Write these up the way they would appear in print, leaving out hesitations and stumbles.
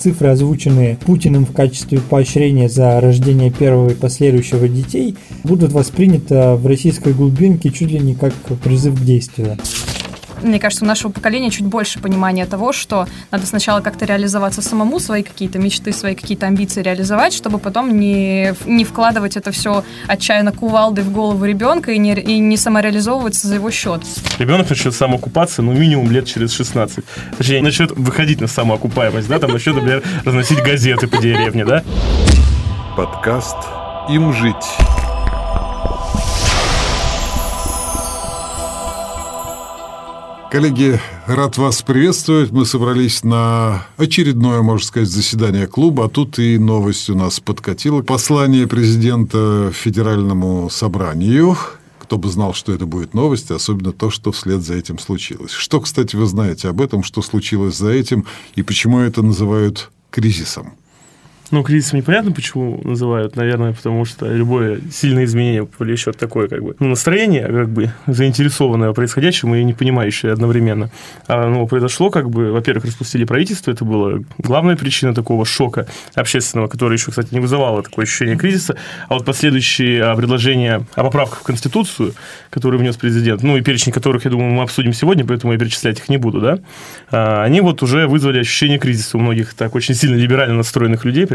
цифры, озвученные Путиным в качестве поощрения за рождение первого и последующего детей, будут восприняты в российской глубинке чуть ли не как призыв к действию. Мне кажется, у нашего поколения чуть больше понимания того, что надо сначала как-то реализоваться самому, свои какие-то мечты, свои какие-то амбиции реализовать, чтобы потом не вкладывать это все отчаянно кувалдой в голову ребенка и не самореализовываться за его счет. Ребенок начнет самоокупаться, минимум лет через 16. Точнее, начнет выходить на самоокупаемость, да, там начнет, например, разносить газеты по деревне, да. Подкаст «Им жить». Коллеги, рад вас приветствовать. Мы собрались на очередное, можно сказать, заседание клуба, а тут и новость у нас подкатила. Послание президента Федеральному собранию. Кто бы знал, что это будет новость, особенно то, что вслед за этим случилось. Что, кстати, вы знаете об этом, что случилось за этим, и почему это называют кризисом? Кризисом непонятно, почему называют, наверное, потому что любое сильное изменение повлечет такое, настроение, заинтересованное в происходящем и не понимающее одновременно. Произошло, во-первых, распустили правительство, это была главная причина такого шока общественного, который еще, кстати, не вызывало такое ощущение кризиса, а вот последующие предложения о поправках в Конституцию, которые внес президент, и перечень которых, я думаю, мы обсудим сегодня, поэтому я перечислять их не буду, да, они уже вызвали ощущение кризиса у многих так очень сильно либерально настроенных людей.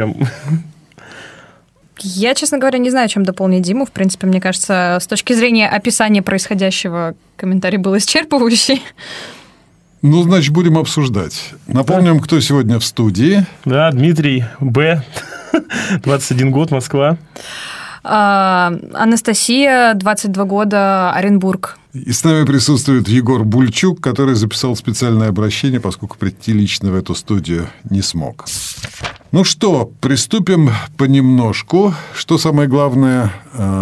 Я, честно говоря, не знаю, чем дополнить Диму. В принципе, мне кажется, с точки зрения описания происходящего, комментарий был исчерпывающий. Значит, будем обсуждать. Напомним, кто сегодня в студии. Да, Дмитрий Б. 21 год, Москва. Анастасия, 22 года, Оренбург. И с нами присутствует Егор Бульчук, который записал специальное обращение, поскольку прийти лично в эту студию не смог. Ну что, приступим понемножку. Что самое главное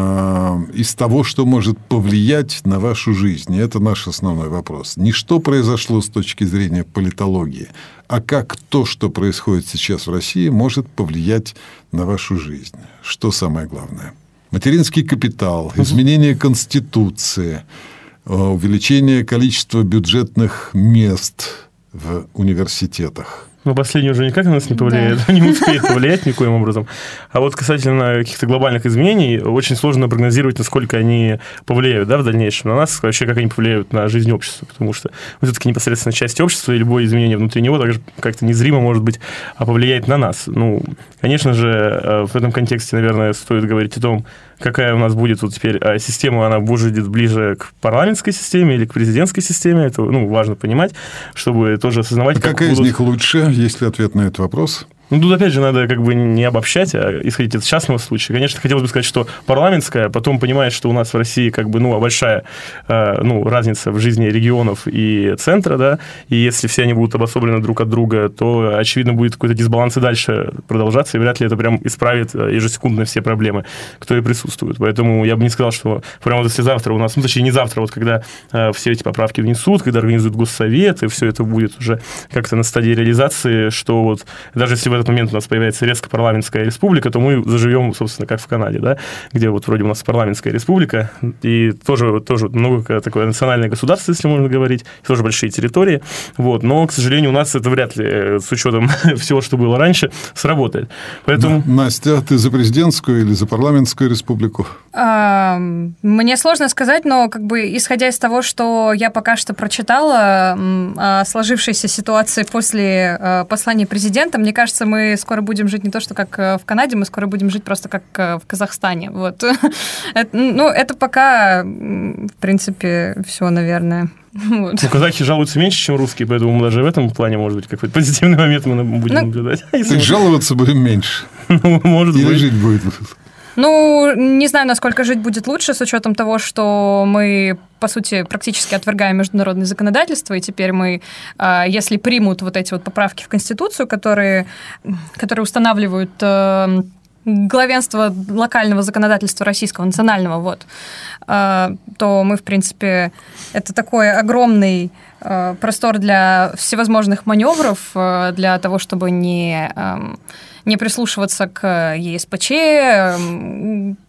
из того, что может повлиять на вашу жизнь? И это наш основной вопрос. Не что произошло с точки зрения политологии, а как то, что происходит сейчас в России, может повлиять на вашу жизнь. Что самое главное? Материнский капитал, изменение Конституции, увеличение количества бюджетных мест в университетах. Последнее уже никак на нас не повлияет, не успеет повлиять никоим образом. А вот касательно каких-то глобальных изменений, очень сложно прогнозировать, насколько они повлияют в дальнейшем на нас, вообще как они повлияют на жизнь общества, потому что мы все-таки непосредственно часть общества, и любое изменение внутри него также как-то незримо, может быть, повлияет на нас. Конечно же, в этом контексте, наверное, стоит говорить о том, какая у нас будет теперь система, она будет ближе к парламентской системе или к президентской системе, это важно понимать, чтобы тоже осознавать, какая из них лучше, есть ли ответ на этот вопрос? Тут, опять же, надо не обобщать, а исходить из частного случая. Конечно, хотелось бы сказать, что парламентская, потом понимает, что у нас в России большая разница в жизни регионов и центра, да, и если все они будут обособлены друг от друга, то, очевидно, будет какой-то дисбаланс и дальше продолжаться, и вряд ли это прям исправит ежесекундно все проблемы, которые присутствуют. Поэтому я бы не сказал, что прямо если завтра у нас, точнее, не завтра, когда все эти поправки внесут, когда организуют Госсовет, и все это будет уже как-то на стадии реализации, что даже если в этот момент у нас появляется резко парламентская республика, то мы заживем, собственно, как в Канаде, да, где вроде у нас парламентская республика, и тоже много такое национальное государство, если можно говорить, тоже большие территории, но, к сожалению, у нас это вряд ли, с учетом всего, что было раньше, сработает. Поэтому... Настя, ты за президентскую или за парламентскую республику? Мне сложно сказать, но исходя из того, что я пока что прочитала о сложившейся ситуации после послания президента, мне кажется, мы скоро будем жить не то, что как в Канаде, мы скоро будем жить просто как в Казахстане. Это пока, в принципе, все, наверное. Казахи жалуются меньше, чем русские, поэтому мы даже в этом плане, может быть, какой-то позитивный момент мы будем наблюдать. Так жаловаться будем меньше. Может быть. Или жить будет. Не знаю, насколько жить будет лучше, с учетом того, что мы, по сути, практически отвергаем международное законодательство, и теперь мы, если примут эти поправки в Конституцию, которые устанавливают главенство локального законодательства российского, национального, то мы, в принципе, это такой огромный простор для всевозможных маневров, для того, чтобы не прислушиваться к ЕСПЧ,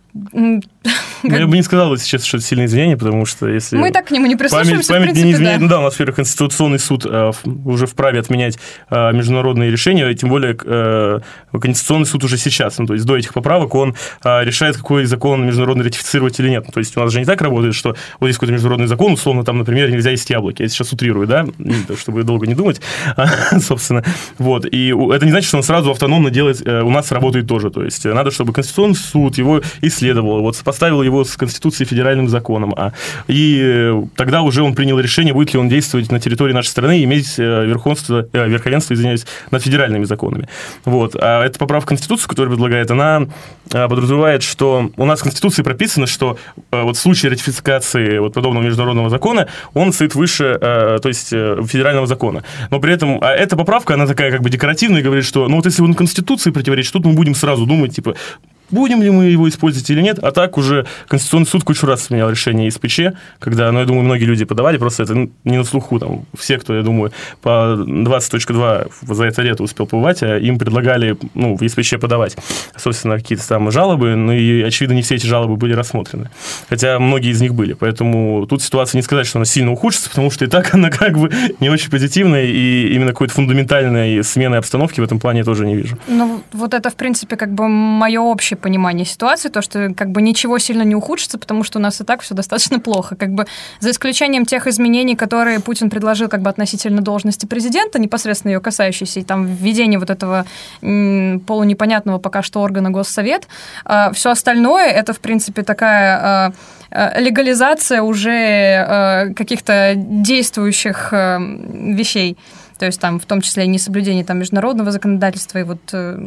Я бы не сказал сейчас, что это сильное извинение, потому что если... Мы так к нему не прислушиваемся, память в принципе, не изменяет. Да, у нас, во-первых, Конституционный суд уже вправе отменять международные решения, тем более Конституционный суд уже сейчас, то есть до этих поправок он решает, какой закон международный ратифицировать или нет. То есть у нас же не так работает, что вот есть какой-то международный закон, условно, там, например, нельзя есть яблоки. Я сейчас утрирую, да, чтобы долго не думать, собственно. Вот. И это не значит, что он сразу автономно делает, у нас работает тоже. То есть надо, чтобы Конституционный суд его исследовал, вот сопоставил его с Конституцией, федеральным законом, и тогда уже он принял решение, будет ли он действовать на территории нашей страны и иметь верховенство, над федеральными законами. Вот. А эта поправка в Конституцию, которую предлагает, она подразумевает, что у нас в Конституции прописано, что вот в случае ратификации вот подобного международного закона он стоит выше, то есть федерального закона. Но при этом эта поправка, она такая как бы декоративная и говорит, что ну вот если он Конституции противоречит, тут мы будем сразу думать, типа, будем ли мы его использовать или нет, а так уже Конституционный суд кучу раз сменял решение из ПЧ, когда, я думаю, многие люди подавали, просто это не на слуху, там, все, кто, я думаю, по 20.2 за это лето успел побывать, им предлагали, в ЕСПЧ подавать, собственно, какие-то там жалобы, и, очевидно, не все эти жалобы были рассмотрены, хотя многие из них были, поэтому тут ситуация не сказать, что она сильно ухудшится, потому что и так она как бы не очень позитивная, и именно какой-то фундаментальной смены обстановки в этом плане я тоже не вижу. Вот это, в принципе, как бы мое общее понимание ситуации, то, что как бы ничего сильно не ухудшится, потому что у нас и так все достаточно плохо. Как бы за исключением тех изменений, которые Путин предложил как бы относительно должности президента, непосредственно ее касающиеся, и там введение вот этого полунепонятного пока что органа Госсовет, все остальное это, в принципе, такая легализация уже каких-то действующих вещей. То есть там в том числе и несоблюдение там международного законодательства и вот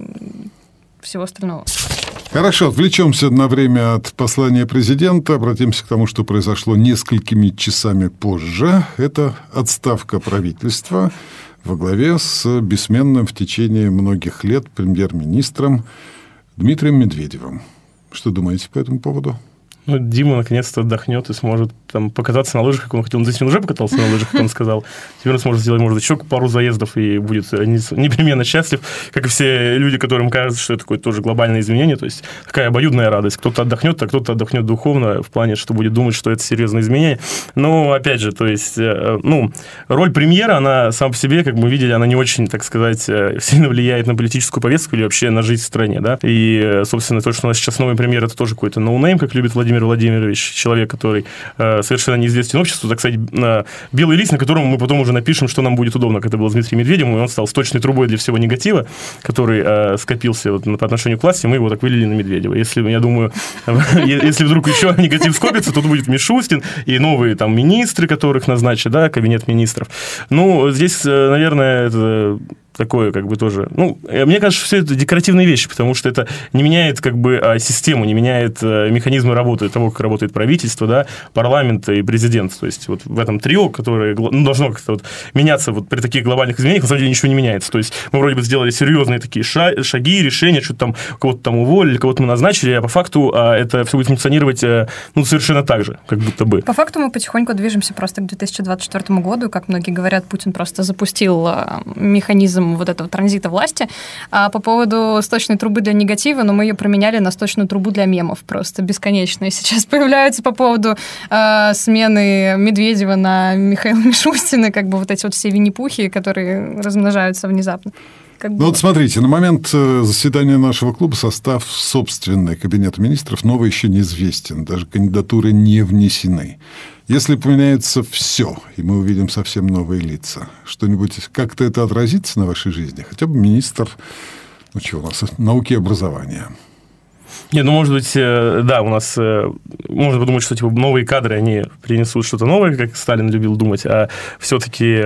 всего остального. Хорошо, отвлечемся на время от послания президента, обратимся к тому, что произошло несколькими часами позже. Это отставка правительства во главе с бессменным в течение многих лет премьер-министром Дмитрием Медведевым. Что думаете по этому поводу? Дима наконец-то отдохнет и сможет там покататься на лыжах, как он хотел. Он уже покатался на лыжах, как он сказал. Теперь он сможет сделать, может, еще пару заездов и будет непременно счастлив, как и все люди, которым кажется, что это какое-то тоже глобальное изменение. То есть такая обоюдная радость. Кто-то отдохнет, а кто-то отдохнет духовно, в плане, что будет думать, что это серьезное изменение. Но, опять же, то есть, роль премьера, она сама по себе, как мы видели, она не очень, так сказать, сильно влияет на политическую повестку или вообще на жизнь в стране, да. И, собственно, то, что у нас сейчас новый премьер, это тоже какой-то ноунейм, как любит Владимир Владимирович, человек, который совершенно неизвестен обществу, так сказать, белый лист, на котором мы потом уже напишем, что нам будет удобно, как это было с Дмитрием Медведевым, и он стал сточной трубой для всего негатива, который скопился вот по отношению к власти, мы его так вылили на Медведева. Если, я думаю, если вдруг еще негатив скопится, то будет Мишустин и новые там министры, которых назначат, да, кабинет министров. Здесь, наверное, это такое, как бы, тоже... мне кажется, что все это декоративные вещи, потому что это не меняет, как бы, систему, не меняет механизмы работы того, как работает правительство, да, парламент и президент. То есть, вот в этом трио, которое должно как-то вот меняться вот при таких глобальных изменениях, на самом деле ничего не меняется. То есть, мы вроде бы сделали серьезные такие шаги, решения, что-то там, кого-то там уволили, кого-то мы назначили, а по факту это все будет функционировать, совершенно так же, как будто бы. По факту мы потихоньку движемся просто к 2024 году. Как многие говорят, Путин просто запустил механизм вот этого транзита власти. А по поводу сточной трубы для негатива, мы ее променяли на сточную трубу для мемов просто бесконечные. Сейчас появляются по поводу смены Медведева на Михаила Мишустина, как бы вот эти вот все винни-пухи, которые размножаются внезапно. Вот смотрите, на момент заседания нашего клуба состав собственный кабинета министров новый еще неизвестен, даже кандидатуры не внесены. Если поменяется все, и мы увидим совсем новые лица, что-нибудь как-то это отразится на вашей жизни? Хотя бы министр, у нас, науки и образования. Может быть, да, у нас можно подумать, что типа новые кадры, они принесут что-то новое, как Сталин любил думать, а все-таки,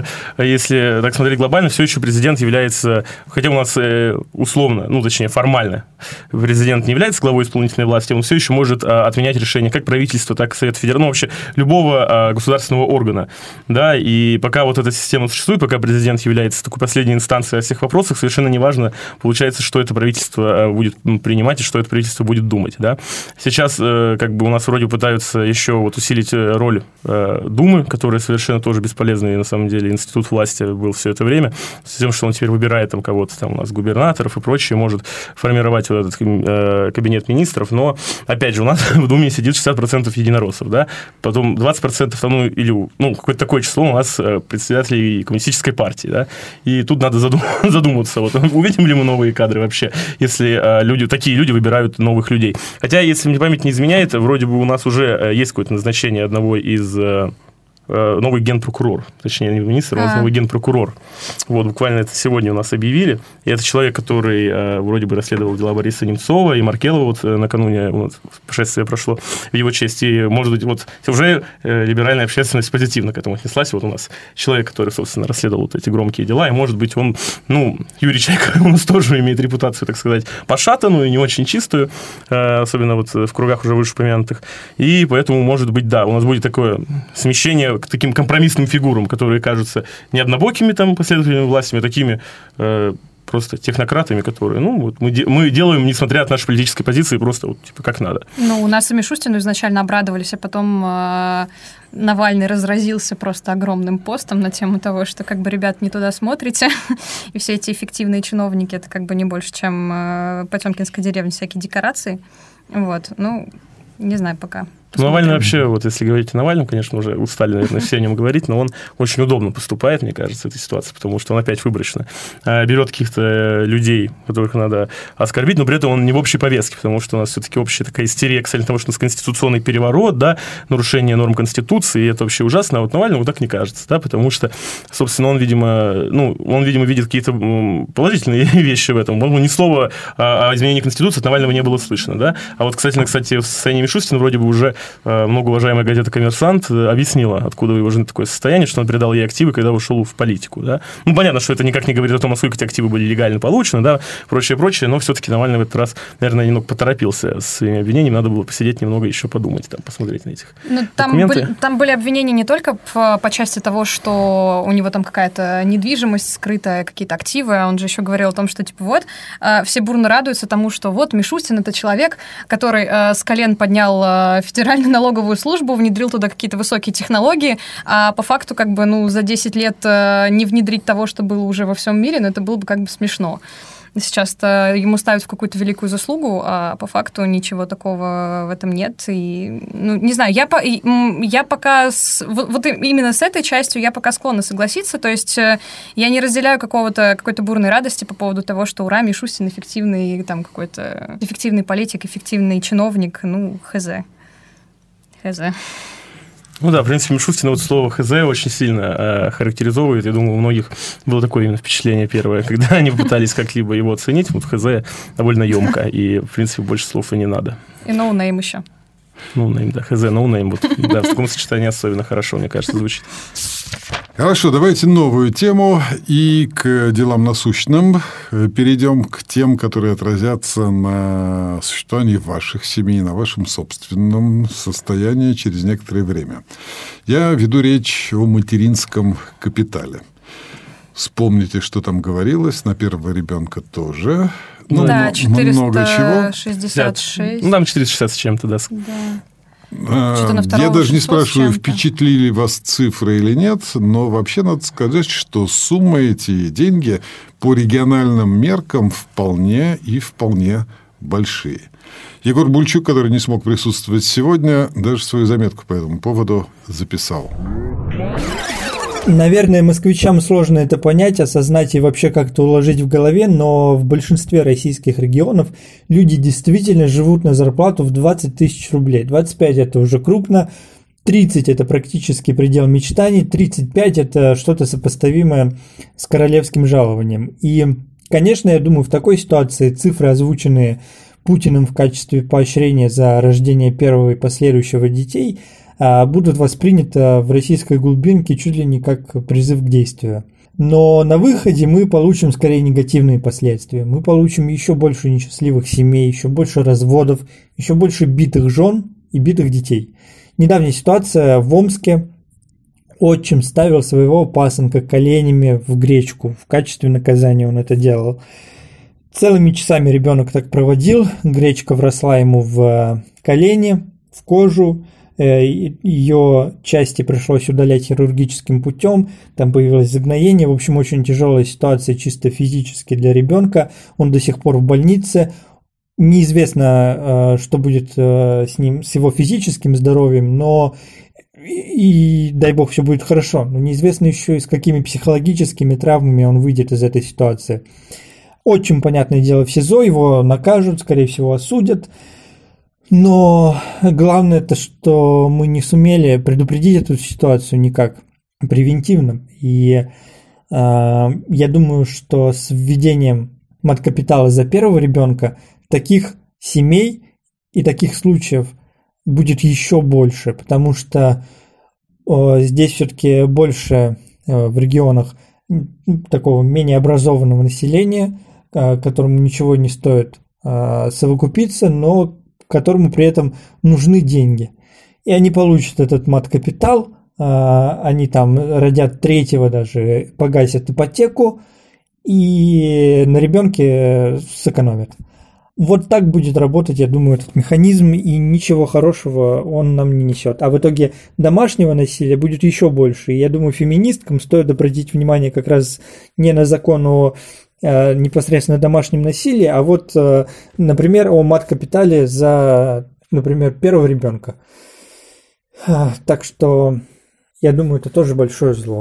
если так смотреть глобально, все еще президент является, хотя у нас условно, точнее формально, президент не является главой исполнительной власти, он все еще может отменять решения как правительства, так и Совета Федерации, вообще любого государственного органа, да, и пока вот эта система существует, пока президент является такой последней инстанцией о всех вопросах, совершенно неважно, получается, что это правительство будет принимать и что что это правительство будет думать, да. Сейчас как бы у нас вроде пытаются еще вот усилить роль Думы, которая совершенно тоже бесполезный, на самом деле, институт власти был все это время, с тем, что он теперь выбирает там кого-то, там у нас губернаторов и прочее, может формировать вот этот кабинет министров, но, опять же, у нас в Думе сидит 60% единороссов, да, потом 20%, ну, или, ну, какое-то такое число у нас председателей коммунистической партии, да, и тут надо задуматься, вот, увидим ли мы новые кадры вообще, если такие люди выбирают новых людей. Хотя, если мне память не изменяет, вроде бы у нас уже есть какое-то назначение одного из... новый генпрокурор, точнее, не министр, а новый генпрокурор. Вот, буквально это сегодня у нас объявили. И это человек, который вроде бы расследовал дела Бориса Немцова и Маркелова, вот накануне вот, шествие прошло в его честь. И, может быть, вот уже либеральная общественность позитивно к этому отнеслась. Вот у нас человек, который, собственно, расследовал вот эти громкие дела, и, может быть, он, ну, Юрий Чайка у нас тоже имеет репутацию, так сказать, пошатанную и не очень чистую, особенно вот в кругах уже вышеупомянутых. И поэтому, может быть, да, у нас будет такое смещение к таким компромиссным фигурам, которые кажутся не однобокими там последователями власти, а такими просто технократами, которые, ну, вот мы делаем, несмотря от нашей политической позиции, просто вот типа как надо. Ну, у нас и Мишустину изначально обрадовались, а потом Навальный разразился просто огромным постом на тему того, что как бы, ребят, не туда смотрите, и все эти эффективные чиновники, это как бы не больше, чем Потемкинская деревня, всякие декорации. Вот, ну, не знаю пока. Посмотрим. Навальный вообще, вот если говорить о Навальном, конечно, уже устали, наверное, все о нем говорить, но он очень удобно поступает, мне кажется, в этой ситуации, потому что он опять выборочно берет каких-то людей, которых надо оскорбить, но при этом он не в общей повестке, потому что у нас все-таки общая такая истерия касательно того, что у нас конституционный переворот, да, нарушение норм Конституции, и это вообще ужасно, а вот Навальному так не кажется, да, потому что, собственно, он, видимо, видит какие-то положительные вещи в этом. Он ни слова о изменении Конституции от Навального не было слышно, да, а вот, кстати, в состоянии Мишустина вроде бы уже многоуважаемая газета «Коммерсант» объяснила, откуда у его жены такое состояние, что он передал ей активы, когда ушел в политику. Да? Ну, понятно, что это никак не говорит о том, насколько эти активы были легально получены, да, прочее, но все-таки Навальный в этот раз, наверное, немного поторопился с своими обвинениями, надо было посидеть немного еще подумать, там, посмотреть на этих документы. Там были обвинения не только по части того, что у него там какая-то недвижимость скрытая, какие-то активы, а он же еще говорил о том, что, типа, вот, все бурно радуются тому, что вот Мишустин – это человек, который с колен поднял федеральную налоговую службу, внедрил туда какие-то высокие технологии, а по факту как бы, ну, за 10 лет не внедрить того, что было уже во всем мире, но это было бы как бы смешно. Сейчас-то ему ставят в какую-то великую заслугу, а по факту ничего такого в этом нет. И, ну, не знаю, я пока... Вот именно с этой частью я пока склонна согласиться. То есть я не разделяю какой-то бурной радости по поводу того, что ура, Мишустин эффективный, там, какой-то эффективный политик, эффективный чиновник. Ну, хз. Ну да, в принципе, Мишустина вот слово «хз» очень сильно характеризовывает. Я думаю, у многих было такое именно впечатление первое, когда они пытались как-либо его оценить. Вот «хз» довольно емко, и, в принципе, больше слов и не надо. И ноунейм еще. Ноунейм, да, «хз», ноунейм. Вот, да, в таком сочетании особенно хорошо, мне кажется, звучит. Хорошо, давайте новую тему и к делам насущным перейдем к тем, которые отразятся на существовании ваших семей, на вашем собственном состоянии через некоторое время. Я веду речь о материнском капитале. Вспомните, что там говорилось, на первого ребенка тоже. Ну, да, 466. Ну, там 460 с чем-то, да. Я даже не спрашиваю, впечатлили вас цифры или нет, но вообще надо сказать, что сумма эти деньги по региональным меркам вполне большие. Егор Бульчук, который не смог присутствовать сегодня, даже свою заметку по этому поводу записал. Наверное, москвичам сложно это понять, осознать и вообще как-то уложить в голове, но в большинстве российских регионов люди действительно живут на зарплату в 20 тысяч рублей. 25 – это уже крупно, 30 – это практически предел мечтаний, 35 – это что-то сопоставимое с королевским жалованием. И, конечно, я думаю, в такой ситуации цифры, озвученные Путиным в качестве поощрения за рождение первого и последующего детей, будут восприняты в российской глубинке чуть ли не как призыв к действию. Но на выходе мы получим скорее негативные последствия. Мы получим еще больше несчастливых семей, еще больше разводов, еще больше битых жен и битых детей. Недавняя ситуация в Омске. Отчим ставил своего пасынка коленями в гречку. В качестве наказания он это делал. Целыми часами ребенок так проводил, гречка вросла ему в колени, в кожу, ее части пришлось удалять хирургическим путем, там появилось загноение, в общем, очень тяжелая ситуация чисто физически для ребенка, он до сих пор в больнице, неизвестно, что будет с ним, с его физическим здоровьем, но и дай бог все будет хорошо, но неизвестно еще и с какими психологическими травмами он выйдет из этой ситуации. Очень понятное дело, в СИЗО его накажут, скорее всего осудят, но главное то, что мы не сумели предупредить эту ситуацию никак превентивно, и я думаю, что с введением мат-капитала за первого ребенка таких семей и таких случаев будет еще больше, потому что здесь все-таки больше в регионах такого менее образованного населения, которому ничего не стоит совокупиться, но которому при этом нужны деньги. И они получат этот мат-капитал, они там родят третьего даже, погасят ипотеку и на ребенке сэкономят. Вот так будет работать, я думаю, этот механизм, и ничего хорошего он нам не несет. А в итоге домашнего насилия будет еще больше. И я думаю, феминисткам стоит обратить внимание как раз не на закон о непосредственно домашнем насилии, а вот, например, о мат-капитале за, например, первого ребенка. Так что я думаю, это тоже большое зло.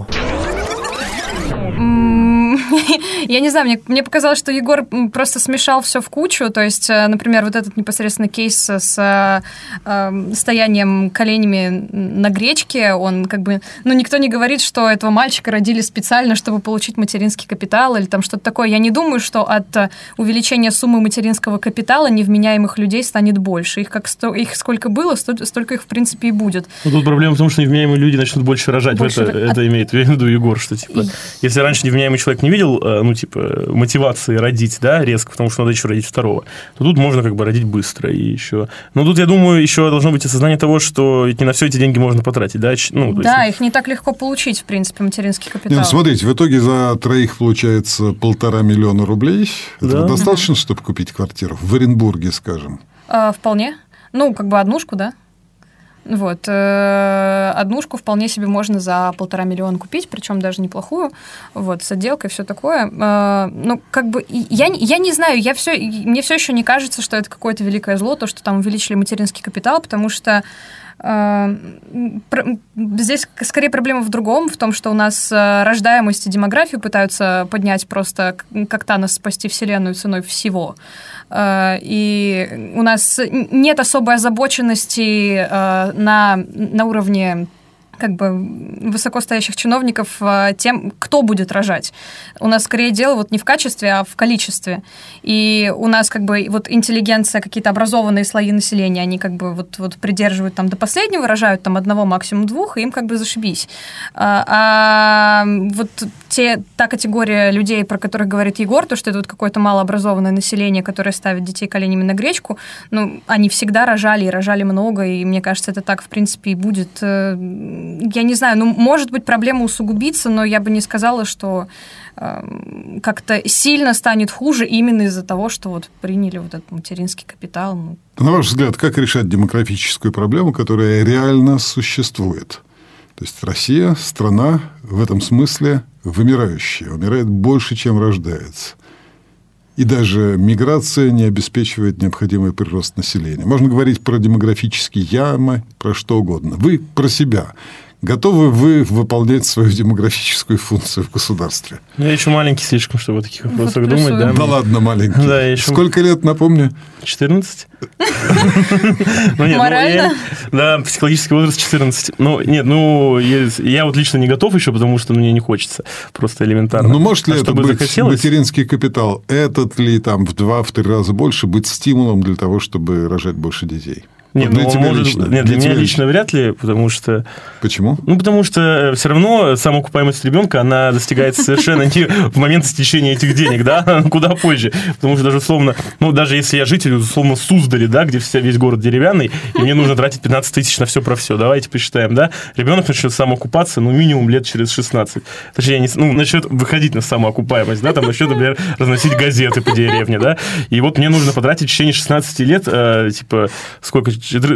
Я не знаю, мне показалось, что Егор просто смешал все в кучу. То есть, например, вот этот непосредственно кейс с стоянием коленями на гречке, он как бы... Ну, никто не говорит, что этого мальчика родили специально, чтобы получить материнский капитал или там что-то такое. Я не думаю, что от увеличения суммы материнского капитала невменяемых людей станет больше. Их сколько было, столько их, в принципе, и будет. Ну, тут проблема в том, что невменяемые люди начнут больше рожать. Это имеет в виду Егор, что, типа, если раньше невменяемый человек не видел, ну, типа, мотивации родить, да, резко, потому что надо еще родить второго, то тут можно как бы родить быстро и еще. Но тут, я думаю, еще должно быть осознание того, что ведь не на все эти деньги можно потратить, да? Ну, да, их не так легко получить, в принципе, материнский капитал. Нет, смотрите, в итоге за троих получается 1,5 миллиона рублей. Да. Это достаточно, чтобы купить квартиру? В Оренбурге, скажем. Вполне. Ну, как бы однушку, да. Вот. Однушку вполне себе можно за 1,5 миллиона купить, причем даже неплохую, вот, с отделкой, все такое. Ну, как бы, я не знаю, мне все еще не кажется, что это какое-то великое зло, то, что там увеличили материнский капитал, потому что здесь скорее проблема в другом, в том, что у нас рождаемость и демографию пытаются поднять просто как Танос спасти Вселенную ценой всего. И у нас нет особой озабоченности на уровне как бы высокостоящих чиновников тем, кто будет рожать. У нас скорее дело вот не в качестве, а в количестве. И у нас как бы вот интеллигенция, какие-то образованные слои населения, они как бы вот придерживают там до последнего, рожают там 1, максимум 2, и им как бы зашибись. А вот та категория людей, про которых говорит Егор, то, что это вот какое-то малообразованное население, которое ставит детей коленями на гречку, ну, они всегда рожали, и рожали много, и мне кажется, это так, в принципе, и будет. Я не знаю, ну, может быть, проблема усугубится, но я бы не сказала, что как-то сильно станет хуже именно из-за того, что вот приняли вот этот материнский капитал. На ваш взгляд, как решать демографическую проблему, которая реально существует? То есть Россия – страна в этом смысле вымирающая, умирает больше, чем рождается. И даже миграция не обеспечивает необходимый прирост населения. Можно говорить про демографические ямы, про что угодно. Вы про себя. Готовы вы выполнять свою демографическую функцию в государстве? Я еще маленький слишком, чтобы о таких вопросах думать. Да, ладно, маленький. Да, еще... Сколько лет, напомню? 14. Морально? Да, психологический возраст 14. Ну, нет, ну, я вот лично не готов еще, потому что мне не хочется. Просто элементарно. Ну, может ли это быть материнский капитал? Этот ли там в 2-3 раза больше быть стимулом для того, чтобы рожать больше детей? Нет, для тебя лично. Нет, для меня лично вряд ли, потому что... Почему? Ну, потому что все равно самоокупаемость ребенка, она достигается совершенно не в момент истечения этих денег, да, куда позже. Потому что даже условно, ну, даже если я житель, условно, Суздали, да, где весь город деревянный, и мне нужно тратить 15 тысяч на все про все, давайте посчитаем, да, ребенок начнет самоокупаться, ну, минимум лет через 16. Точнее, начнет выходить на самоокупаемость, да, там начнет, например, разносить газеты по деревне, да, и вот мне нужно потратить в течение 16 лет, типа, сколько,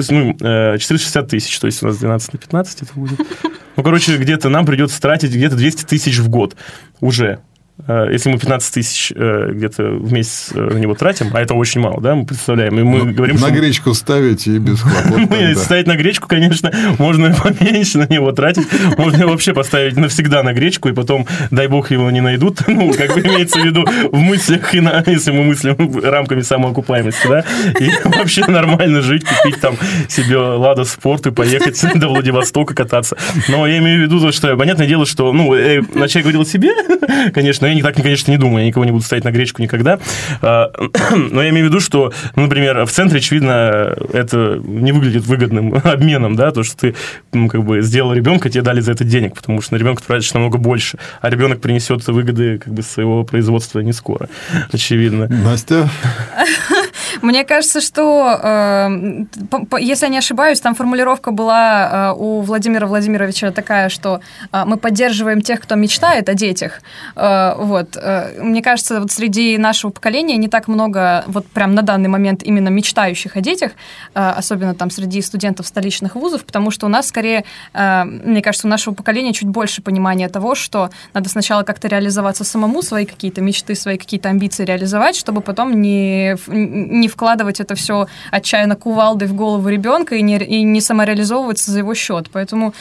460 тысяч, то есть у нас 12 на 15 это будет. Ну, короче, где-то нам придется тратить где-то 200 тысяч в год уже. Если мы 15 тысяч где-то в месяц на него тратим, а это очень мало, да, мы представляем, и мы говорим, что... На гречку ставить и без хлопот. Ставить на гречку, конечно, можно и поменьше на него тратить, можно вообще поставить навсегда на гречку, и потом, дай бог, его не найдут, ну, как бы имеется в виду в мыслях, если мы мыслим рамками самоокупаемости, да, и вообще нормально жить, купить там себе Лада Спорт и поехать до Владивостока кататься. Но я имею в виду то, что, понятное дело, что, ну, вначале я говорил себе, конечно, я так, конечно, не думаю, я никого не буду ставить на гречку никогда. Но я имею в виду, что, ну, например, в центре, очевидно, это не выглядит выгодным обменом, да, то, что ты, ну, как бы сделал ребенка, тебе дали за это денег, потому что на ребенка ты тратишь намного больше, а ребенок принесет выгоды как бы своего производства не скоро, очевидно. Настя? Мне кажется, что, если я не ошибаюсь, там формулировка была у Владимира Владимировича такая, что мы поддерживаем тех, кто мечтает о детях. Вот. Мне кажется, вот среди нашего поколения не так много, вот прям на данный момент, именно мечтающих о детях, особенно там среди студентов столичных вузов, потому что у нас скорее, мне кажется, у нашего поколения чуть больше понимания того, что надо сначала как-то реализоваться самому, свои какие-то мечты, свои какие-то амбиции реализовать, чтобы потом не вкладывать это все отчаянно кувалдой в голову ребенка и не самореализовываться за его счет. Поэтому,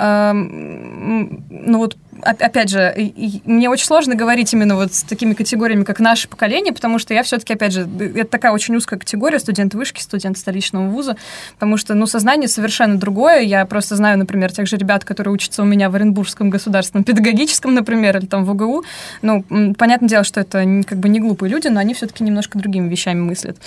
ну вот, опять же, мне очень сложно говорить именно вот с такими категориями, как наше поколение, потому что я все-таки, опять же, это такая очень узкая категория, студент вышки, студент столичного вуза, потому что, ну, сознание совершенно другое. Я просто знаю, например, тех же ребят, которые учатся у меня в Оренбургском государственном педагогическом, например, или там в ОГУ. Ну, понятное дело, что это как бы не глупые люди, но они все-таки немножко другими вещами мыслят.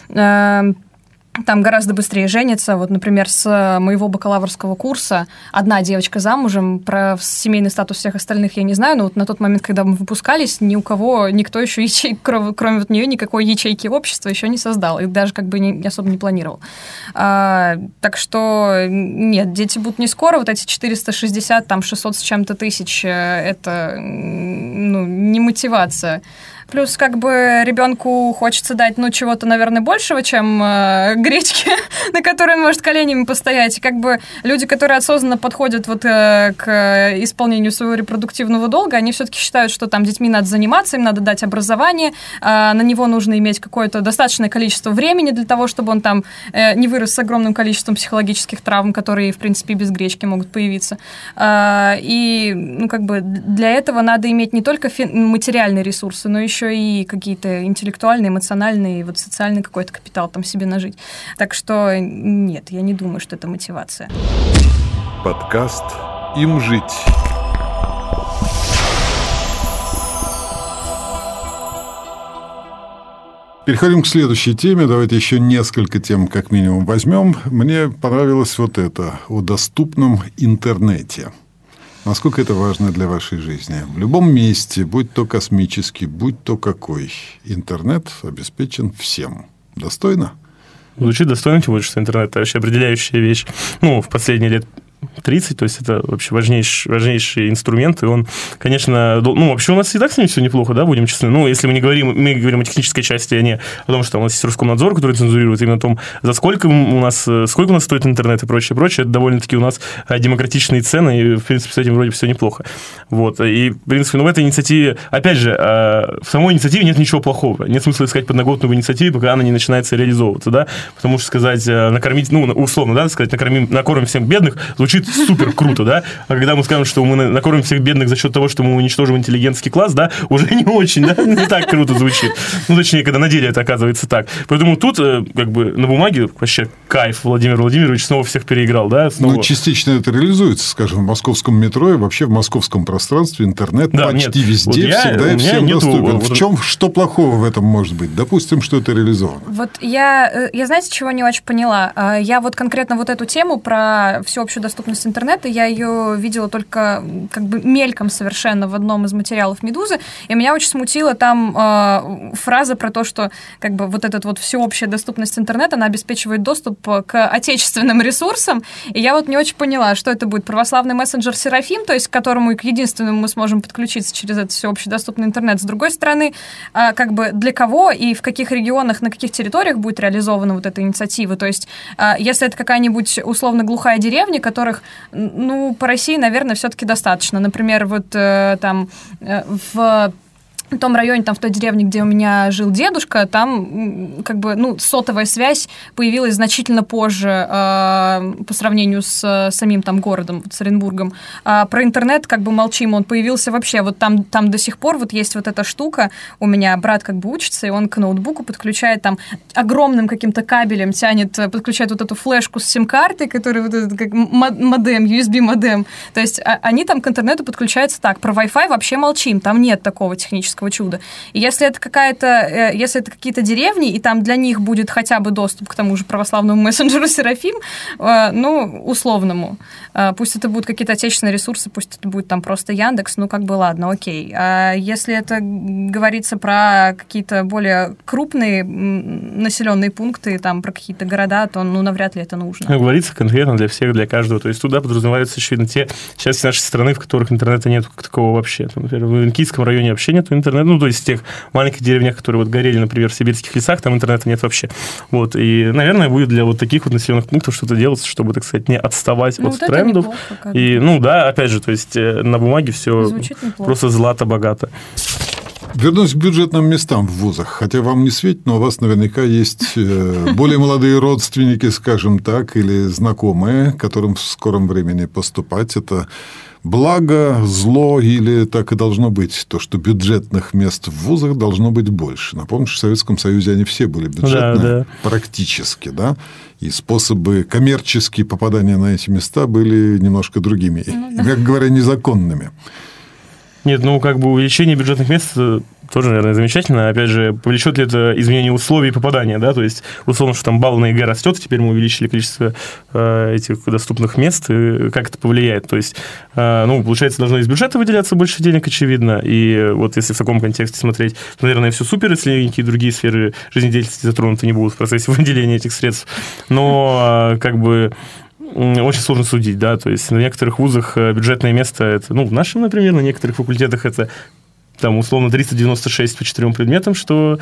Там гораздо быстрее женятся. Вот, например, с моего бакалаврского курса одна девочка замужем, про семейный статус всех остальных я не знаю, но вот на тот момент, когда мы выпускались, никто еще кроме вот нее, никакой ячейки общества еще не создал, и даже как бы особо не планировал. Так что нет, дети будут не скоро, вот эти 460, там 600 с чем-то тысяч, это, ну, не мотивация. Плюс, как бы, ребенку хочется дать, ну, чего-то, наверное, большего, чем гречки, на которой он может коленями постоять. И, как бы, люди, которые осознанно подходят вот к исполнению своего репродуктивного долга, они все-таки считают, что там детьми надо заниматься, им надо дать образование, на него нужно иметь какое-то достаточное количество времени для того, чтобы он там не вырос с огромным количеством психологических травм, которые, в принципе, без гречки могут появиться. И, ну, как бы, для этого надо иметь не только материальные ресурсы, но еще и какие-то интеллектуальные, эмоциональные, вот социальный какой-то капитал там себе нажить. Так что нет, я не думаю, что это мотивация. Подкаст «Им жить». Переходим к следующей теме. Давайте еще несколько тем как минимум возьмем. Мне понравилось вот это о доступном интернете. Насколько это важно для вашей жизни? В любом месте, будь то космический, будь то какой, интернет обеспечен всем. Достойно? Звучит достойно, тем более, что интернет – это вообще определяющая вещь. Ну, в последние лет 30, то есть это вообще важнейший инструмент, и он, конечно, ну, вообще у нас и так с ним все неплохо, да, будем честны. Ну, если мы говорим о технической части, а не о том, что у нас есть Роскомнадзор, который цензурирует, именно о том, сколько у нас стоит интернет и прочее, это довольно-таки у нас демократичные цены, и, в принципе, с этим вроде все неплохо. Вот, и, в принципе, в этой инициативе, опять же, в самой инициативе нет ничего плохого, нет смысла искать подноготную в инициативе, пока она не начинается реализовываться, да, потому что сказать, накормить, ну, условно, да, сказать, накормим всех бедных, звучит звучит супер круто, да, а когда мы скажем, что мы накормим всех бедных за счет того, что мы уничтожим интеллигентский класс, да, уже не очень, да, не так круто звучит. Ну, точнее, когда на деле это оказывается так. Поэтому тут, как бы, на бумаге вообще кайф. Владимир Владимирович снова всех переиграл, да? Снова... Ну, частично это реализуется, скажем, в московском метро и вообще в московском пространстве. Интернет почти везде, всегда и всем доступен. В чем, что плохого в этом может быть? Допустим, что это реализовано. Вот я знаете, чего не очень поняла? Я вот конкретно вот эту тему про всеобщую доступность интернета, я ее видела только как бы мельком совершенно в одном из материалов «Медузы», и меня очень смутила там фраза про то, что как бы вот эта вот всеобщая доступность интернета, она обеспечивает доступ к отечественным ресурсам, и я вот не очень поняла, что это будет православный мессенджер Серафим, то есть к которому и к единственному мы сможем подключиться через этот всеобщий доступный интернет. С другой стороны, как бы для кого и в каких регионах, на каких территориях будет реализована вот эта инициатива, то есть если это какая-нибудь условно глухая деревня, которых, ну, по России, наверное, все-таки достаточно. Например, вот там в том районе, там в той деревне, где у меня жил дедушка, там как бы, ну, сотовая связь появилась значительно позже по сравнению с самим там городом, вот, с Оренбургом. Про интернет как бы молчим, он появился вообще, вот там до сих пор вот есть вот эта штука, у меня брат как бы учится, и он к ноутбуку подключает там огромным каким-то кабелем, подключает вот эту флешку с сим-картой, которая вот этот как модем, USB-модем, то есть они там к интернету подключаются так, про Wi-Fi вообще молчим, там нет такого технического чуда. И если это какие-то деревни, и там для них будет хотя бы доступ к тому же православному мессенджеру Серафим, ну, условному, пусть это будут какие-то отечественные ресурсы, пусть это будет там просто Яндекс, ну, как бы ладно, окей. А если это говорится про какие-то более крупные населенные пункты, там, про какие-то города, то, ну, навряд ли это нужно. Ну, говорится конкретно для всех, для каждого. То есть туда подразумеваются, очевидно, те части нашей страны, в которых интернета нет как такого вообще. Например, в Инкийском районе вообще нет интернета. Ну, то есть в тех маленьких деревнях, которые вот горели, например, в сибирских лесах, там интернета нет вообще. Вот. И, наверное, будет для вот таких вот населенных пунктов что-то делаться, чтобы, так сказать, не отставать от вот трендов. И, ну, да, опять же, то есть на бумаге все просто злато-богато. Вернусь к бюджетным местам в вузах. Хотя вам не светит, но у вас наверняка есть более молодые родственники, скажем так, или знакомые, которым в скором времени поступать. Это благо, зло или так и должно быть? То, что бюджетных мест в вузах должно быть больше. Напомню, что в Советском Союзе они все были бюджетные, практически, да? И способы коммерческие попадания на эти места были немножко другими. И, как говоря, незаконными. Нет, ну, как бы увеличение бюджетных мест тоже, наверное, замечательно. Опять же, повлечет ли это изменение условий попадания, да? То есть, условно, что там балл на ЕГЭ растет, теперь мы увеличили количество этих доступных мест, и как это повлияет? То есть, ну, получается, должно из бюджета выделяться больше денег, очевидно, и вот если в таком контексте смотреть, то, наверное, все супер, если никакие другие сферы жизнедеятельности затронуты не будут в процессе выделения этих средств. Но, как бы, очень сложно судить, да, то есть на некоторых вузах бюджетное место, это, ну, в нашем, например, на некоторых факультетах это там, условно, 396 по 4 предметам, что,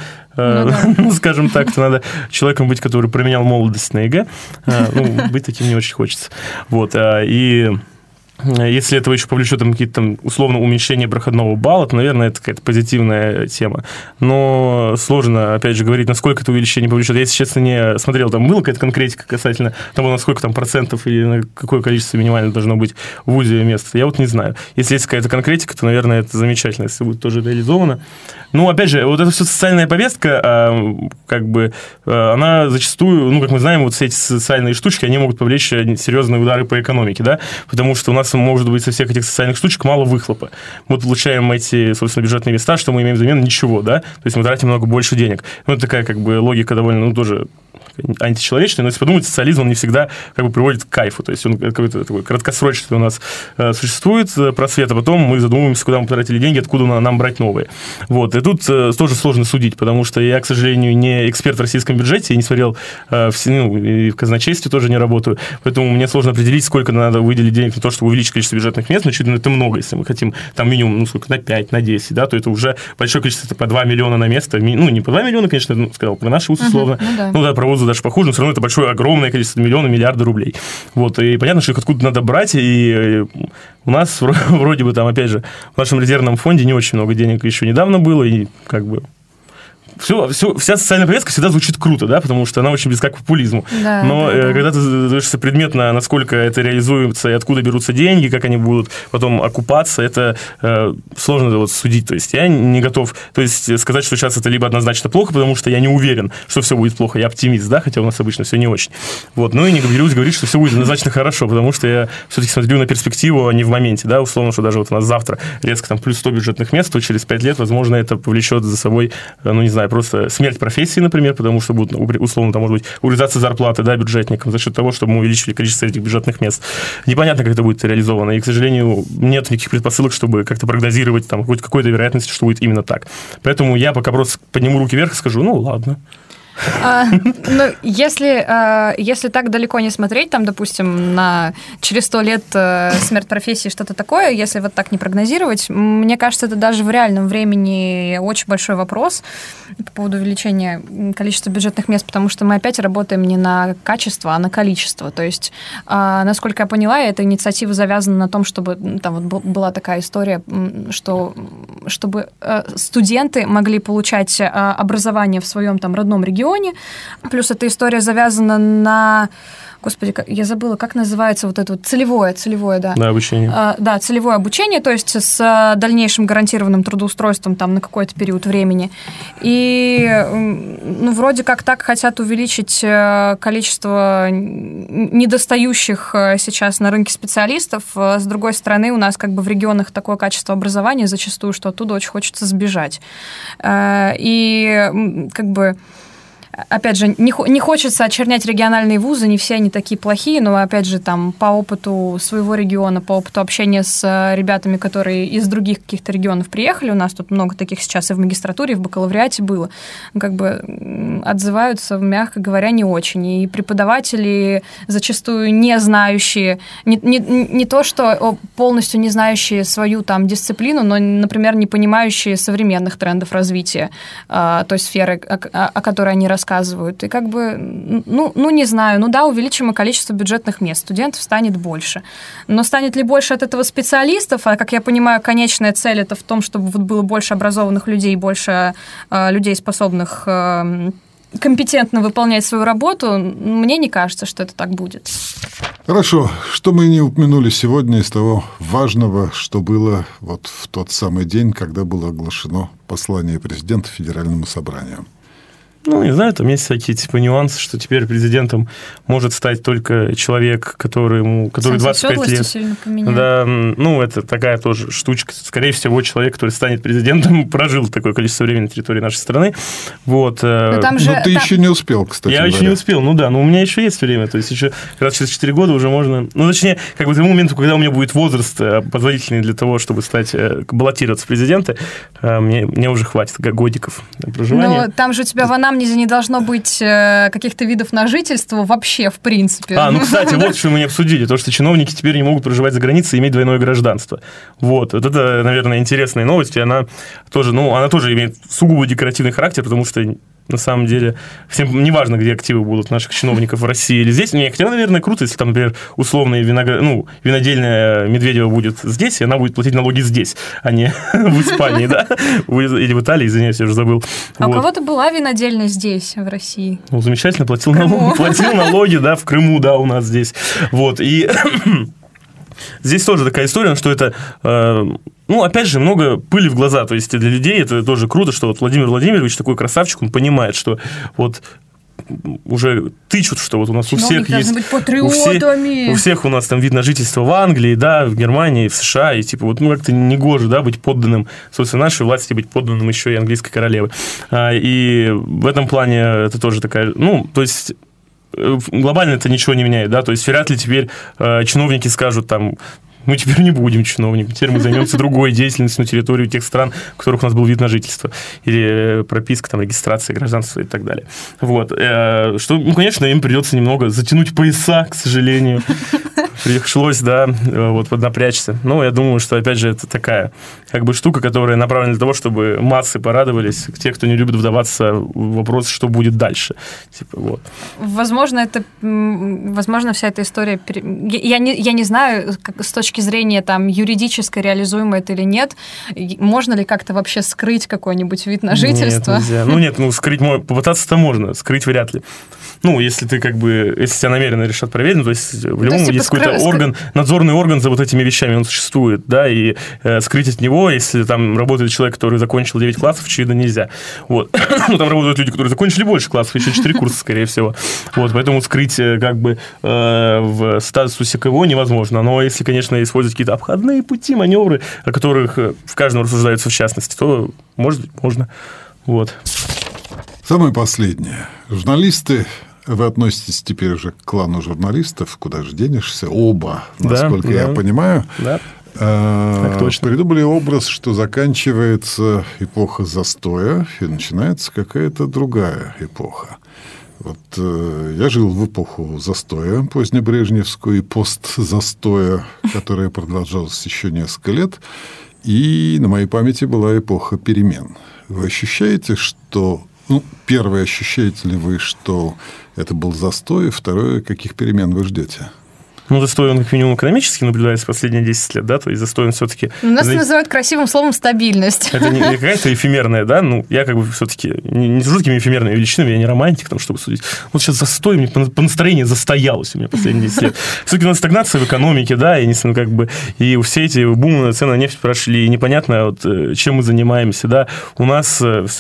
скажем так, это надо человеком быть, который променял молодость на ЕГЭ, ну, быть таким не очень хочется, вот, и... Если этого еще повлечет там, какие-то там, условно, уменьшение проходного балла, то, наверное, это какая-то позитивная тема. Но сложно, опять же, говорить, насколько это увеличение повлечет. Я, если честно, не смотрел, там была какая-то конкретика касательно того, насколько там процентов или на какое количество минимально должно быть в вузе мест. Я вот не знаю. Если есть какая-то конкретика, то, наверное, это замечательно, если будет тоже реализовано. Ну, опять же, вот эта вся социальная повестка, как бы, она зачастую, ну, как мы знаем, вот все эти социальные штучки, они могут повлечь серьезные удары по экономике, да, потому что у нас может быть со всех этих социальных штучек мало выхлопа. Мы получаем эти, собственно, бюджетные места, что мы имеем взамен ничего, да, то есть мы тратим много больше денег. Ну, это такая, как бы, логика довольно, ну, тоже античеловечный, но если подумать, социализм, он не всегда как бы приводит к кайфу, то есть он какой-то такой краткосрочный у нас существует просвет, а потом мы задумываемся, куда мы потратили деньги, откуда нам брать новые. Вот, и тут тоже сложно судить, потому что я, к сожалению, не эксперт в российском бюджете, я не смотрел, и в казначействе тоже не работаю, поэтому мне сложно определить, сколько надо выделить денег на то, чтобы увеличить количество бюджетных мест, но очевидно, это много, если мы хотим там минимум, ну, сколько, на 5, на 10, да, то это уже большое количество, это по 2 миллиона на место, ну, не по 2 миллиона, конечно, ну, сказал, про наши вузы условно, ну да, про вузы даже похуже, но все равно это большое, огромное количество, миллионы, миллиарды рублей. Вот, и понятно, что их откуда надо брать, и у нас вроде бы там, опять же, в нашем резервном фонде не очень много денег еще недавно было, и как бы вся социальная повестка всегда звучит круто, да, потому что она очень близка к популизму. Да, но когда ты задаешься предметно, насколько это реализуется и откуда берутся деньги, как они будут потом окупаться, это сложно вот судить. То есть я не готов, то есть сказать, что сейчас это либо однозначно плохо, потому что я не уверен, что все будет плохо. Я оптимист, да, хотя у нас обычно все не очень. Вот, ну и не берусь говорить, что все будет однозначно хорошо, потому что я все-таки смотрю на перспективу, а не в моменте, да, условно, что даже вот у нас завтра резко там плюс 100 бюджетных мест, то через 5 лет, возможно, это повлечет за собой, ну, не знаю, просто смерть профессии, например, потому что будут, условно, там, может быть, урезаться зарплаты, да, бюджетникам за счет того, чтобы мы увеличили количество этих бюджетных мест. Непонятно, как это будет реализовано, и, к сожалению, нет никаких предпосылок, чтобы как-то прогнозировать там какой-то вероятности, что будет именно так. Поэтому я пока просто подниму руки вверх и скажу, ну, ладно. Ну, если так далеко не смотреть, там, допустим, через 100 лет смерть профессии, что-то такое, если вот так не прогнозировать, мне кажется, это даже в реальном времени очень большой вопрос по поводу увеличения количества бюджетных мест, потому что мы опять работаем не на качество, а на количество. То есть, насколько я поняла, эта инициатива завязана на том, чтобы там вот была такая история, чтобы студенты могли получать образование в своем там родном регионе. Плюс эта история завязана на... Господи, я забыла, как называется вот это вот целевое, да. Да, обучение. Да, целевое обучение, то есть с дальнейшим гарантированным трудоустройством там на какой-то период времени. И, ну, вроде как так хотят увеличить количество недостающих сейчас на рынке специалистов. С другой стороны, у нас как бы в регионах такое качество образования зачастую, что оттуда очень хочется сбежать. И как бы... Опять же, не хочется очернять региональные вузы, не все они такие плохие, но, опять же, там, по опыту своего региона, по опыту общения с ребятами, которые из других каких-то регионов приехали, у нас тут много таких сейчас и в магистратуре, и в бакалавриате было, как бы отзываются, мягко говоря, не очень. И преподаватели зачастую не знающие, не то, что полностью не знающие свою там дисциплину, но, например, не понимающие современных трендов развития той сферы, о которой они рассказывают. И как бы, ну, не знаю, ну да, увеличим мы количество бюджетных мест, студентов станет больше. Но станет ли больше от этого специалистов? А, как я понимаю, конечная цель это в том, чтобы вот было больше образованных людей, больше людей, способных компетентно выполнять свою работу. Мне не кажется, что это так будет. Хорошо. Что мы не упомянули сегодня из того важного, что было вот в тот самый день, когда было оглашено послание президента Федеральному собранию? Ну, не знаю, там есть всякие типа нюансы, что теперь президентом может стать только человек, который 25 лет. Сильно поменяет. Да, ну, это такая тоже штучка. Скорее всего, человек, который станет президентом, прожил такое количество времени на территории нашей страны. Вот. Но ты еще не успел, кстати. Я еще не успел, ну да, но у меня еще есть время. То есть еще как раз через 4 года уже можно... Ну, точнее, как бы к тому моменту, когда у меня будет возраст позволительный для того, чтобы баллотироваться в президенты, мне уже хватит годиков проживания. Но там же у тебя в анамнезе не должно быть каких-то видов на жительство вообще, в принципе. Ну, кстати, вот что мы не обсудили, то, что чиновники теперь не могут проживать за границей и иметь двойное гражданство. Вот это, наверное, интересная новость, и она тоже имеет сугубо декоративный характер, потому что на самом деле всем не важно, где активы будут наших чиновников в России или здесь. Хотя, наверное, круто, если там, например, условная винодельная Медведева будет здесь, и она будет платить налоги здесь, а не в Испании, да? Или в Италии, извиняюсь, я уже забыл. А у кого-то была винодельня здесь, в России? Ну, замечательно, платил налоги, да, в Крыму, да, у нас здесь. Вот, и... Здесь тоже такая история, что это, опять же, много пыли в глаза. То есть для людей это тоже круто, что вот Владимир Владимирович такой красавчик, он понимает, что вот уже тычут, что вот у нас чиновник у всех есть... быть патриотами. У всех у нас там вид на жительство в Англии, да, в Германии, в США, и типа вот как-то негоже, да, быть подданным, собственно, нашей власти, быть подданным еще и английской королевы. И в этом плане это тоже такая, то есть... Глобально это ничего не меняет, да, то есть вряд ли теперь чиновники скажут там, мы теперь не будем чиновниками, теперь мы займемся другой деятельностью на территории тех стран, в которых у нас был вид на жительство, или прописка, там, регистрация гражданства и так далее. Вот. Что, конечно, им придется немного затянуть пояса, к сожалению. пришлось, да, вот поднапрячься. Но я думаю, что, опять же, это такая как бы штука, которая направлена для того, чтобы массы порадовались, те, кто не любит вдаваться в вопрос, что будет дальше. Типа, вот. Возможно, вся эта история... Я не знаю, с точки зрения там, юридической, реализуемо это или нет, можно ли как-то вообще скрыть какой-нибудь вид на жительство? Нет, нельзя. Скрыть, попытаться-то можно, скрыть вряд ли. Если ты если тебя намеренно решат проверить, то есть в любом есть какой-то орган, надзорный орган за вот этими вещами, он существует, да, и скрыть от него, если там работает человек, который закончил 9 классов, очевидно, нельзя. Вот. Там работают люди, которые закончили больше классов, еще 4 курса, скорее всего. Вот, поэтому скрыть в статусе КВО невозможно. Но если, конечно, использовать какие-то обходные пути, маневры, о которых в каждом рассуждаются в частности, то, может быть, можно. Вот. Самое последнее. Журналисты... Вы относитесь теперь уже к клану журналистов, куда же денешься, оба, насколько я понимаю. Да. Так точно. Придумали образ, что заканчивается эпоха застоя, и начинается какая-то другая эпоха. Вот я жил в эпоху застоя позднебрежневскую и постзастоя, которая продолжалась еще несколько лет, и на моей памяти была эпоха перемен. Вы ощущаете, что... первое, ощущаете ли вы, что это был застой? Второе, каких перемен вы ждете? Застой, он как минимум экономически наблюдается последние 10 лет, да, то есть застой он все-таки... Нас называют красивым словом «стабильность». Это не какая-то эфемерная, да, я все-таки не сужу такими эфемерными величинами, я не романтик, чтобы судить. Вот сейчас застой, мне по настроению застоялось у меня последние 10 лет. Все-таки у нас стагнация в экономике, да, и все эти бумы, цены на нефть прошли, и непонятно, чем мы занимаемся, да. У нас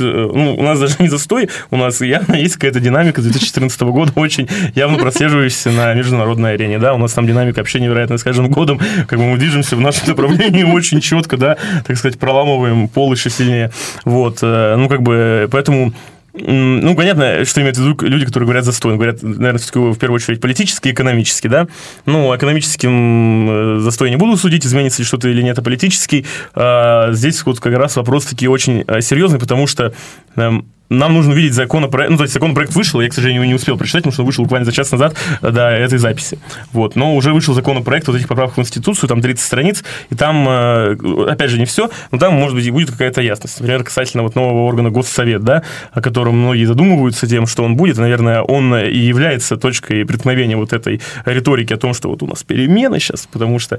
даже не застой, у нас явно есть какая-то динамика 2014 года, очень явно прослеживающаяся на международной арене, да, у нас там динамика вообще невероятная. С каждым годом мы движемся в нашем направлении очень четко, да, так сказать, проламываем пол еще сильнее. Вот. Поэтому... понятно, что имеют в виду люди, которые говорят застой. Говорят, наверное, в первую очередь политически и экономически, да. Экономическим застой не буду судить, изменится ли что-то или нет, а политический. Здесь как раз вопрос таки очень серьезный, потому что нам нужно увидеть законопроект. То есть законопроект вышел, я, к сожалению, не успел прочитать, потому что он вышел буквально за час назад до этой записи. Вот. Но уже вышел законопроект этих поправок в Конституцию, там 30 страниц, и там, опять же, не все, но там, может быть, и будет какая-то ясность. Например, касательно нового органа Госсовет, да, о котором многие задумываются тем, что он будет. Наверное, он и является точкой преткновения этой риторики о том, что у нас перемены сейчас, потому что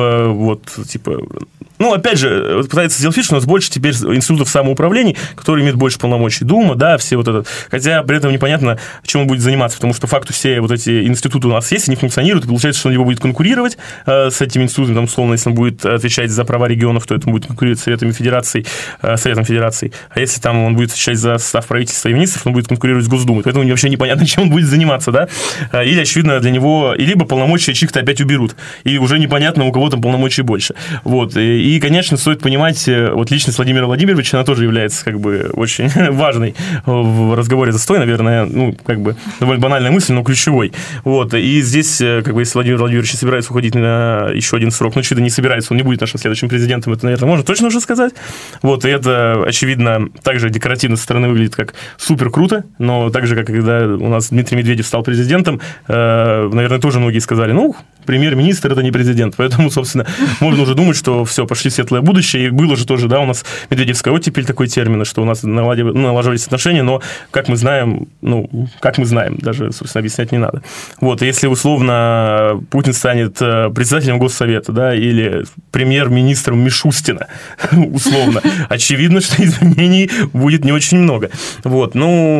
опять же, пытается сделать вид, что у нас больше теперь институтов самоуправления, которые имеют больше полномочий. Дума, да, все Хотя при этом непонятно, чем он будет заниматься, потому что факт все эти институты у нас есть, они функционируют, и получается, что он его будет конкурировать с этими институтами, условно, если он будет отвечать за права регионов, то это будет конкурировать с Советом Федерации. А если там он будет отвечать за состав правительства и министров, он будет конкурировать с Госдумой. Поэтому вообще непонятно, чем он будет заниматься, да. Или, очевидно, для него либо полномочия чьих-то опять уберут, и уже непонятно, у кого там полномочий больше. Вот. И, конечно, стоит понимать, личность Владимира Владимировича, она тоже является очень важной в разговоре застой, наверное, довольно банальная мысль, но ключевой. Вот. И здесь, если Владимир Владимирович не собирается уходить на еще один срок, очевидно, не собирается, он не будет нашим следующим президентом, это, наверное, можно точно уже сказать. Вот. И это, очевидно, также декоративно со стороны выглядит как супер круто, но так же, как когда у нас Дмитрий Медведев стал президентом, наверное, тоже многие сказали, премьер-министр – это не президент, поэтому, собственно, можно уже думать, что все, пошли в светлое будущее, и было же тоже, да, у нас медведевская оттепель, такой термин, что у нас налаживались отношения, но, как мы знаем, даже, собственно, объяснять не надо. Вот, если, условно, Путин станет председателем Госсовета, да, или премьер-министром Мишустина, условно, очевидно, что изменений будет не очень много. Вот,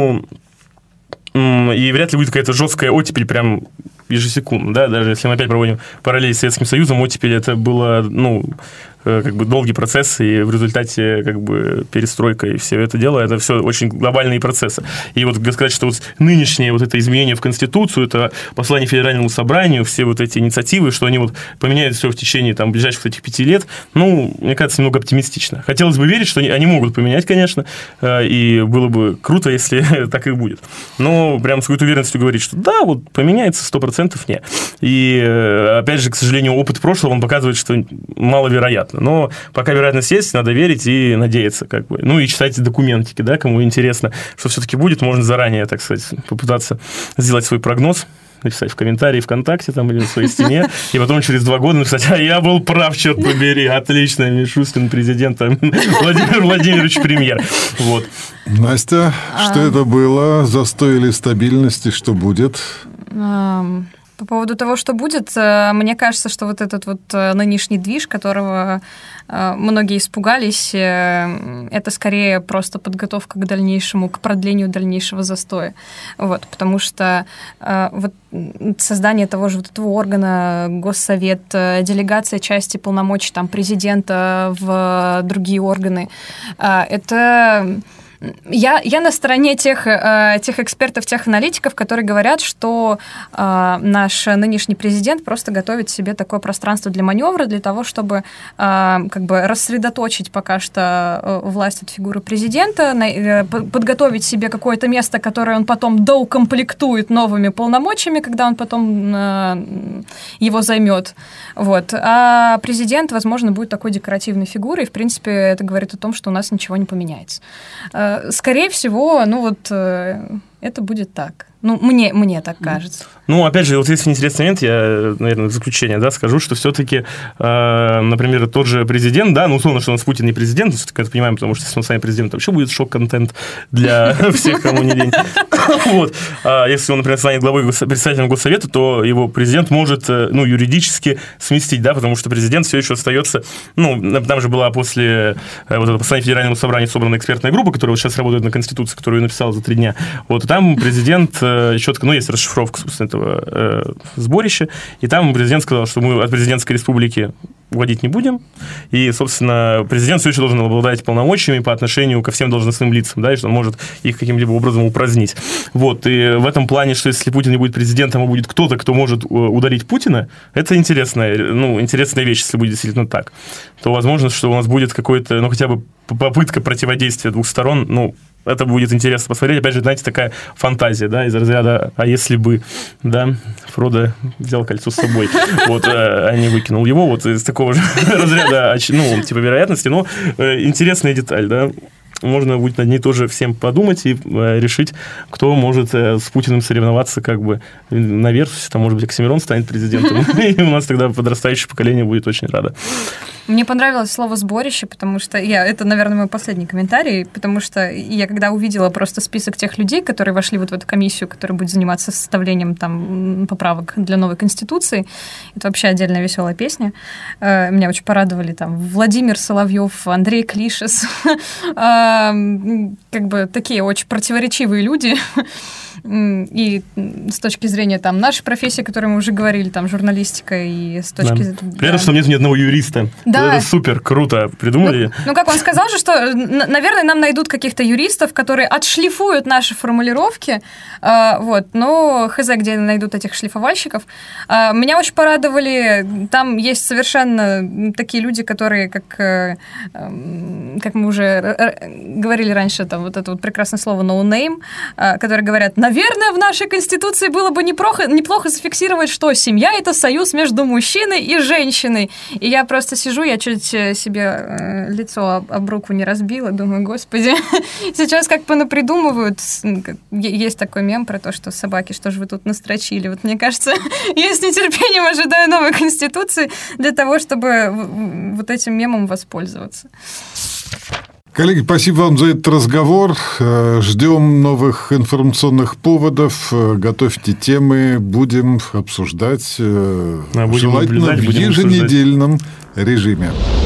и вряд ли будет какая-то жесткая оттепель прям ежесекундно, да, даже если мы опять проводим параллели с Советским Союзом, оттепель это было, долгий процесс, и в результате перестройка и все это дело, это все очень глобальные процессы. И сказать, что нынешнее это изменение в Конституцию, это послание Федеральному собранию, все эти инициативы, что они поменяют все в течение ближайших этих 5 лет, мне кажется, немного оптимистично. Хотелось бы верить, что они могут поменять, конечно, и было бы круто, если так и будет. Но прям с какой-то уверенностью говорить, что да, поменяется 100% нет. И опять же, к сожалению, опыт прошлого, он показывает, что маловероятно. Но пока вероятность есть, надо верить и надеяться. И читать документики, да, кому интересно, что все-таки будет, можно заранее, так сказать, попытаться сделать свой прогноз. написать в комментарии ВКонтакте там, или на своей стене, и потом через 2 года написать: а я был прав, черт побери, отлично, Мишустин президент, Владимир Владимирович премьер. Вот. Настя, что это было? Застой или стабильности? Что будет? По поводу того, что будет, мне кажется, что вот этот вот нынешний движ, которого многие испугались, это скорее просто подготовка к продлению дальнейшего застоя. Вот, потому что вот создание того же вот этого органа, Госсовет, делегация части полномочий там, президента в другие органы, это... Я на стороне тех экспертов, тех аналитиков, которые говорят, что наш нынешний президент просто готовит себе такое пространство для маневра, для того, чтобы как бы рассредоточить пока что власть от фигуры президента, подготовить себе какое-то место, которое он потом доукомплектует новыми полномочиями, когда он потом его займет. Вот. А президент, возможно, будет такой декоративной фигурой, и, в принципе, это говорит о том, что у нас ничего не поменяется. Скорее всего, это будет так. Мне так кажется. Опять же, вот если интересный момент, я, наверное, в заключение, скажу, что все-таки, например, тот же президент, условно, что у нас Путин не президент, все-таки это понимаем, потому что если он станет президентом, вообще будет шок-контент для всех, кому не лень. Вот. Если он, например, станет главой председателем Госсовета, то его президент может, юридически сместить, потому что президент все еще остается, там же была после послания Федеральному собранию собрана экспертная группа, которая сейчас работает на Конституции, которую я написал за 3 дня. Вот, и там президент четко, есть расшифровка, собственно, этого сборища, и там президент сказал, что мы от президентской республики уходить не будем, и, собственно, президент все еще должен обладать полномочиями по отношению ко всем должностным лицам, и что он может их каким-либо образом упразднить. Вот, и в этом плане, что если Путин не будет президентом, а будет кто-то, кто может ударить Путина, это интересная вещь, если будет действительно так, то возможно, что у нас будет какой-то, хотя бы попытка противодействия 2 сторон, это будет интересно посмотреть. Опять же, знаете, такая фантазия, из разряда «а если бы», Фродо взял кольцо с собой, а не выкинул его, из такого же разряда, вероятности. Но интересная деталь, Можно будет над ней тоже всем подумать и решить, кто может с Путиным соревноваться на версусе. Там, может быть, Оксимирон станет президентом. И у нас тогда подрастающее поколение будет очень радо. Мне понравилось слово «сборище», потому что это, наверное, мой последний комментарий, потому что я когда увидела просто список тех людей, которые вошли в эту комиссию, которая будет заниматься составлением поправок для новой Конституции, это вообще отдельная веселая песня. Меня очень порадовали Владимир Соловьев, Андрей Клишес, такие очень противоречивые люди. И с точки зрения нашей профессии, о которой мы уже говорили, журналистика, и с точки зрения... При этом, что нет ни одного юриста. Да. Это супер, круто придумали. Как он сказал же, что, наверное, нам найдут каких-то юристов, которые отшлифуют наши формулировки, но хз, где найдут этих шлифовальщиков. Меня очень порадовали, там есть совершенно такие люди, которые, как мы уже говорили раньше, это прекрасное слово «no name», которые говорят: наверное, в нашей Конституции было бы неплохо зафиксировать, что семья – это союз между мужчиной и женщиной. И я просто сижу, я чуть себе лицо об руку не разбила, думаю, господи, сейчас понапридумывают. Есть такой мем про то, что собаки, что же вы тут настрочили. Мне кажется, я с нетерпением ожидаю новой Конституции для того, чтобы этим мемом воспользоваться. Коллеги, спасибо вам за этот разговор. Ждем новых информационных поводов. Готовьте темы, будем обсуждать, желательно в еженедельном режиме.